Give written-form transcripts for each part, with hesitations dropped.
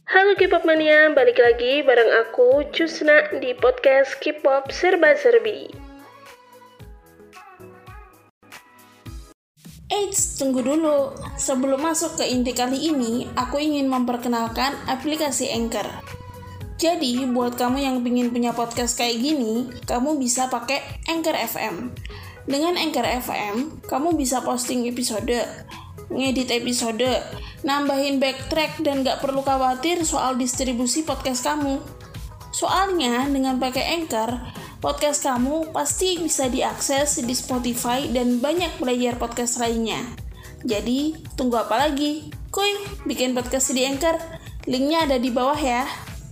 Halo K-pop mania, balik lagi bareng aku Cusna di podcast K-pop Serba Serbi. Eits, tunggu dulu. Sebelum masuk ke inti kali ini, aku ingin memperkenalkan aplikasi Anchor. Jadi, buat kamu yang ingin punya podcast kayak gini, kamu bisa pakai Anchor FM. Dengan Anchor FM, kamu bisa posting episode, ngedit episode, nambahin backtrack, dan gak perlu khawatir soal distribusi podcast kamu. Soalnya, dengan pakai Anchor, podcast kamu pasti bisa diakses di Spotify dan banyak player podcast lainnya. Jadi, tunggu apa lagi? Kuy, bikin podcast di Anchor. Linknya ada di bawah ya.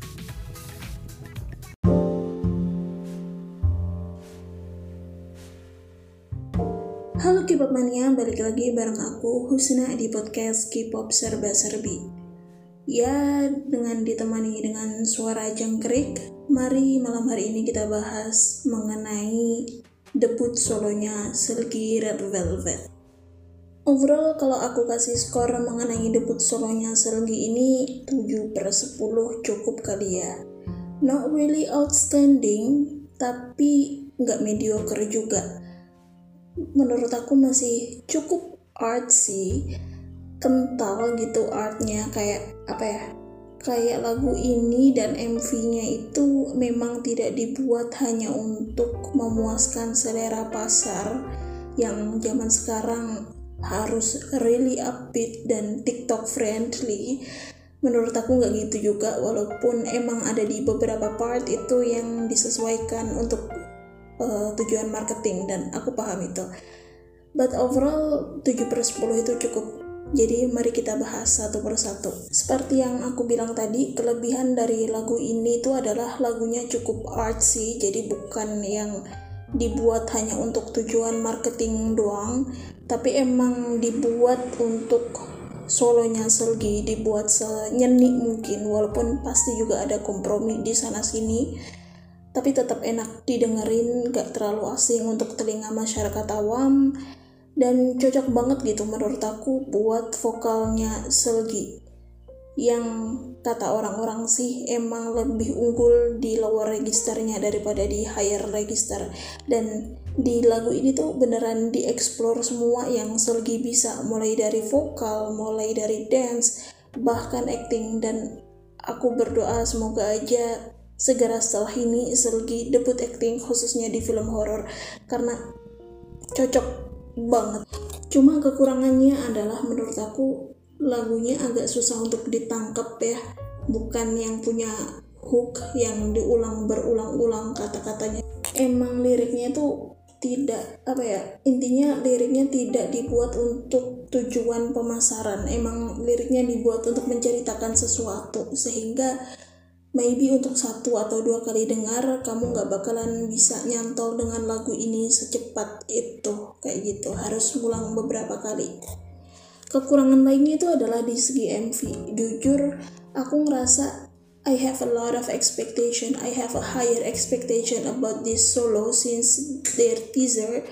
Halo K-pop mania, balik lagi bareng aku Husna di podcast K-pop Serba Serbi. Ya, dengan ditemani dengan suara jangkrik, mari malam hari ini kita bahas mengenai debut solonya Seulgi Red Velvet. Overall, kalau aku kasih skor mengenai debut solonya Seulgi ini 7/10 cukup kali ya. Not really outstanding, tapi nggak mediocre juga. Menurut aku masih cukup artsy, kental gitu artnya, kayak apa ya, kayak lagu ini dan MV-nya itu memang tidak dibuat hanya untuk memuaskan selera pasar yang zaman sekarang harus really upbeat dan TikTok friendly. Menurut aku nggak gitu juga, walaupun emang ada di beberapa part itu yang disesuaikan untuk tujuan marketing dan aku paham itu. But overall 7/10 itu cukup. Jadi mari kita bahas satu persatu. Seperti yang aku bilang tadi, kelebihan dari lagu ini itu adalah lagunya cukup artsy, jadi bukan yang dibuat hanya untuk tujuan marketing doang, tapi emang dibuat untuk solonya Seulgi, dibuat senyeni mungkin, walaupun pasti juga ada kompromi di sana sini, tapi tetap enak didengerin, gak terlalu asing untuk telinga masyarakat awam, dan cocok banget gitu menurut aku buat vokalnya Seulgi, yang kata orang-orang sih emang lebih unggul di lower registernya daripada di higher register. Dan di lagu ini tuh beneran dieksplor semua yang Seulgi bisa, mulai dari vokal, mulai dari dance, bahkan acting. Dan aku berdoa semoga aja segera setelah ini Seulgi debut acting khususnya di film horor, karena cocok banget. Cuma kekurangannya adalah menurut aku lagunya agak susah untuk ditangkap ya, bukan yang punya hook yang diulang berulang-ulang kata-katanya. Emang liriknya tuh tidak intinya liriknya tidak dibuat untuk tujuan pemasaran, emang liriknya dibuat untuk menceritakan sesuatu, sehingga maybe untuk 1 atau 2 kali dengar kamu gak bakalan bisa nyantol dengan lagu ini secepat itu, kayak gitu, harus ngulang beberapa kali. Kekurangan lainnya itu adalah di segi MV. Jujur aku ngerasa I have a lot of expectation, I have a higher expectation about this solo since her teaser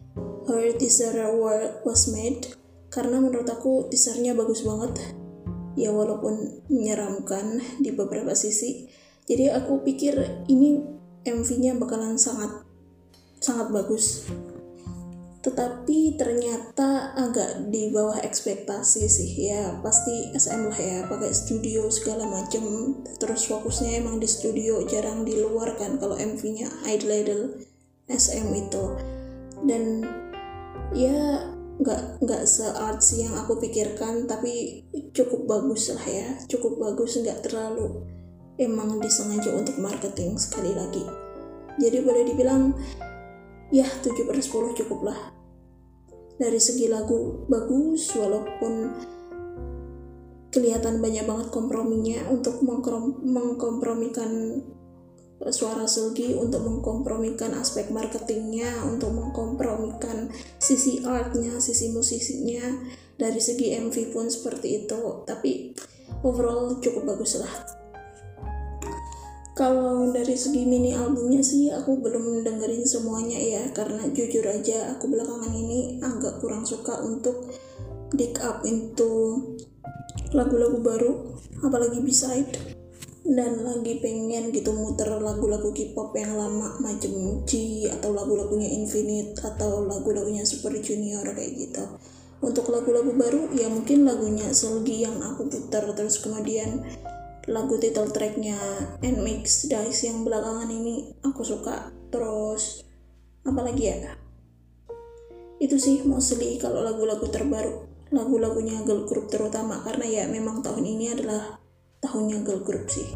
was made, karena menurut aku teasernya bagus banget ya, walaupun menyeramkan di beberapa sisi. Jadi aku pikir ini MV-nya bakalan sangat bagus, tetapi ternyata agak di bawah ekspektasi sih ya. Pasti SM lah ya, pakai studio segala macem, terus fokusnya emang di studio, jarang di luar kan kalau MV-nya idol SM itu. Dan ya nggak se-artsy yang aku pikirkan, tapi cukup bagus lah ya, cukup bagus, nggak terlalu emang disengaja untuk marketing sekali lagi. Jadi boleh dibilang ya 7/10 cukup lah. Dari segi lagu bagus, walaupun kelihatan banyak banget komprominya untuk mengkompromikan suara Seulgi, untuk mengkompromikan aspek marketingnya, untuk mengkompromikan sisi artnya, sisi musisinya. Dari segi MV pun seperti itu, tapi overall cukup bagus lah. Kalau dari segi mini albumnya sih aku belum dengerin semuanya ya, karena jujur aja aku belakangan ini agak kurang suka untuk dig up into lagu-lagu baru apalagi B-side, dan lagi pengen gitu muter lagu-lagu K-pop yang lama macam G atau lagu-lagunya Infinite atau lagu-lagunya Super Junior kayak gitu. Untuk lagu-lagu baru ya mungkin lagunya Seulgi yang aku putar, terus kemudian lagu title tracknya NMIXX Dice yang belakangan ini aku suka. Terus apalagi ya, itu sih mostly kalau lagu-lagu terbaru, lagu-lagunya girl group terutama, karena ya memang tahun ini adalah tahunnya girl group sih.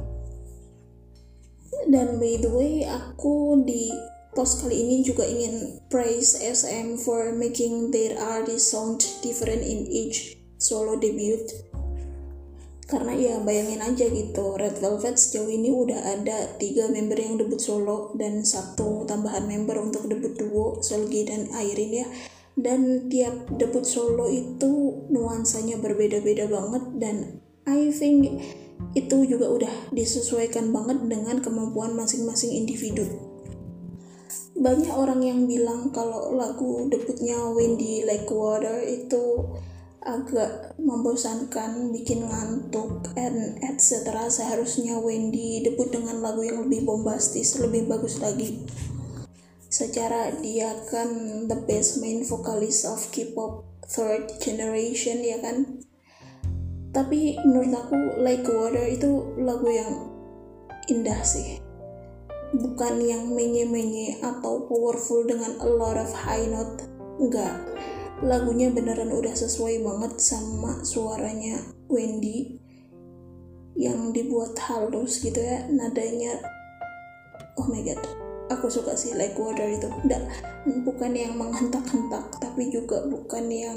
Dan by the way, aku di post kali ini juga ingin praise SM for making their artist sound different in each solo debut. Karena ya bayangin aja gitu, Red Velvet sejauh ini udah ada 3 member yang debut solo dan 1 tambahan member untuk debut duo, Seulgi dan Irene ya. Dan tiap debut solo itu nuansanya berbeda-beda banget, dan I think itu juga udah disesuaikan banget dengan kemampuan masing-masing individu. Banyak orang yang bilang kalau lagu debutnya Wendy Like Water itu agak membosankan, bikin ngantuk, and etc. Seharusnya Wendy debut dengan lagu yang lebih bombastis, lebih bagus lagi. Secara dia kan the best main vocalist of K-pop third generation ya kan. Tapi menurut aku Like Water itu lagu yang indah sih, bukan yang menye-menye atau powerful dengan a lot of high note. Enggak, lagunya beneran udah sesuai banget sama suaranya Wendy yang dibuat halus gitu ya, nadanya oh my god, aku suka sih Like Water itu. Bukan yang menghentak-hentak, tapi juga bukan yang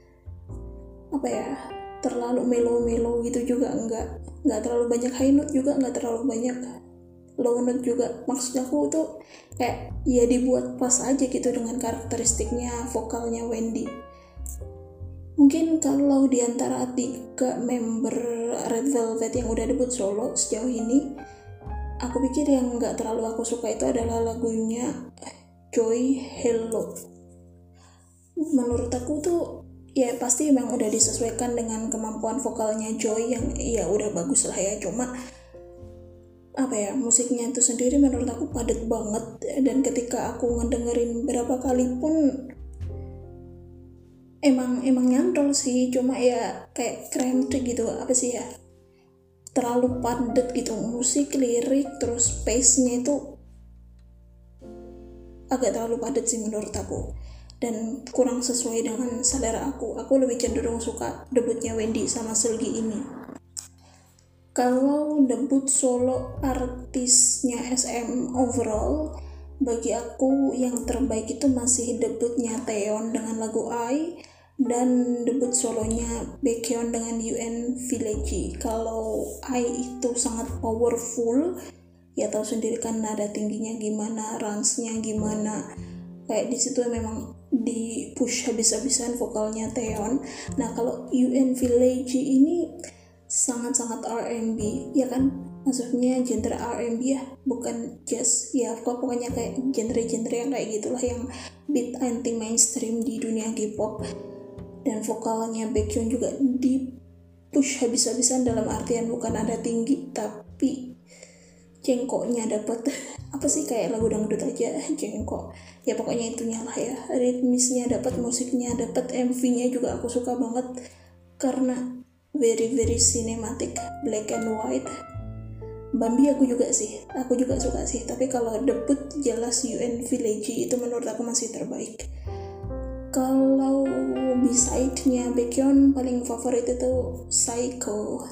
terlalu melo-melo gitu juga, enggak terlalu banyak high note juga, enggak terlalu banyak low note juga. Maksud aku tuh kayak ya dibuat pas aja gitu dengan karakteristiknya vokalnya Wendy. Mungkin kalau diantara 3 member Red Velvet yang udah debut solo sejauh ini, aku pikir yang enggak terlalu aku suka itu adalah lagunya Joy Hello. Menurut aku tuh ya pasti memang udah disesuaikan dengan kemampuan vokalnya Joy yang ya udah bagus lah ya, cuma musiknya itu sendiri menurut aku padat banget, dan ketika aku ngedengerin berapa kali pun emang nyantol sih, cuma ya kayak cramped gitu, terlalu padat gitu musik, lirik, terus pace-nya itu agak terlalu padat sih menurut aku, dan kurang sesuai dengan selera aku. Aku lebih cenderung suka debutnya Wendy sama Seulgi ini. Kalau debut solo artisnya SM overall, bagi aku yang terbaik itu masih debutnya Taeyeon dengan lagu I, dan debut solonya Baekhyun dengan UN Village. Kalau I itu sangat powerful, ya tahu sendiri kan nada tingginya gimana, range-nya gimana, kayak di situ memang di push habis-habisan vokalnya Taeyeon. Nah kalau UN Village ini sangat-sangat R&B ya kan, maksudnya genre R&B ya, bukan jazz ya, pokoknya kayak genre-genre yang kayak gitulah, yang beat anti mainstream di dunia K-pop. Dan vokalnya Baekhyun juga di push habis-habisan, dalam artian bukan ada tinggi tapi jengkoknya dapet kayak lagu dangdut aja, jengkok ya, pokoknya itunya lah ya, ritmisnya dapet, musiknya dapet, MV-nya juga aku suka banget karena very cinematic, black and white. Bambi aku juga suka sih, tapi kalau debut jelas UN Village itu menurut aku masih terbaik. Kalau B-side-nya Baekhyun paling favorit itu Psycho.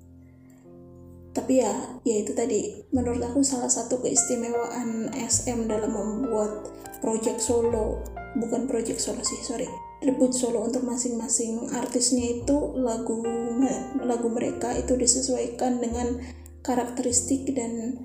Tapi ya itu tadi, menurut aku salah satu keistimewaan SM dalam membuat debut solo untuk masing-masing artisnya itu lagu mereka itu disesuaikan dengan karakteristik dan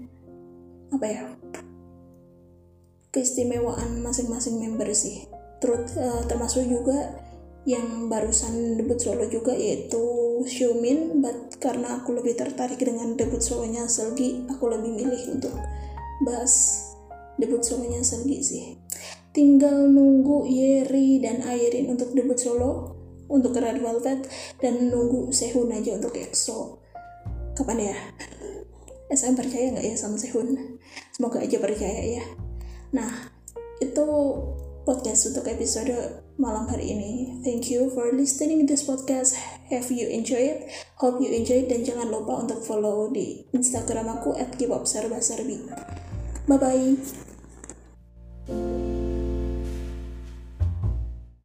keistimewaan masing-masing member sih. Termasuk juga yang barusan debut solo juga, yaitu Xiumin, but karena aku lebih tertarik dengan debut solonya Seulgi, aku lebih milih untuk bahas debut solonya Seulgi sih. Tinggal nunggu Yeri dan Irene untuk debut solo untuk Red Velvet, dan nunggu Sehun aja untuk EXO. kapan ya? SM percaya nggak ya sama Sehun? Semoga aja percaya ya. Nah, itu podcast untuk episode malam hari ini. Thank you for listening this podcast. Have you enjoyed? Hope you enjoyed, dan jangan lupa untuk follow di Instagram aku @kpopserbaserbi. Bye bye.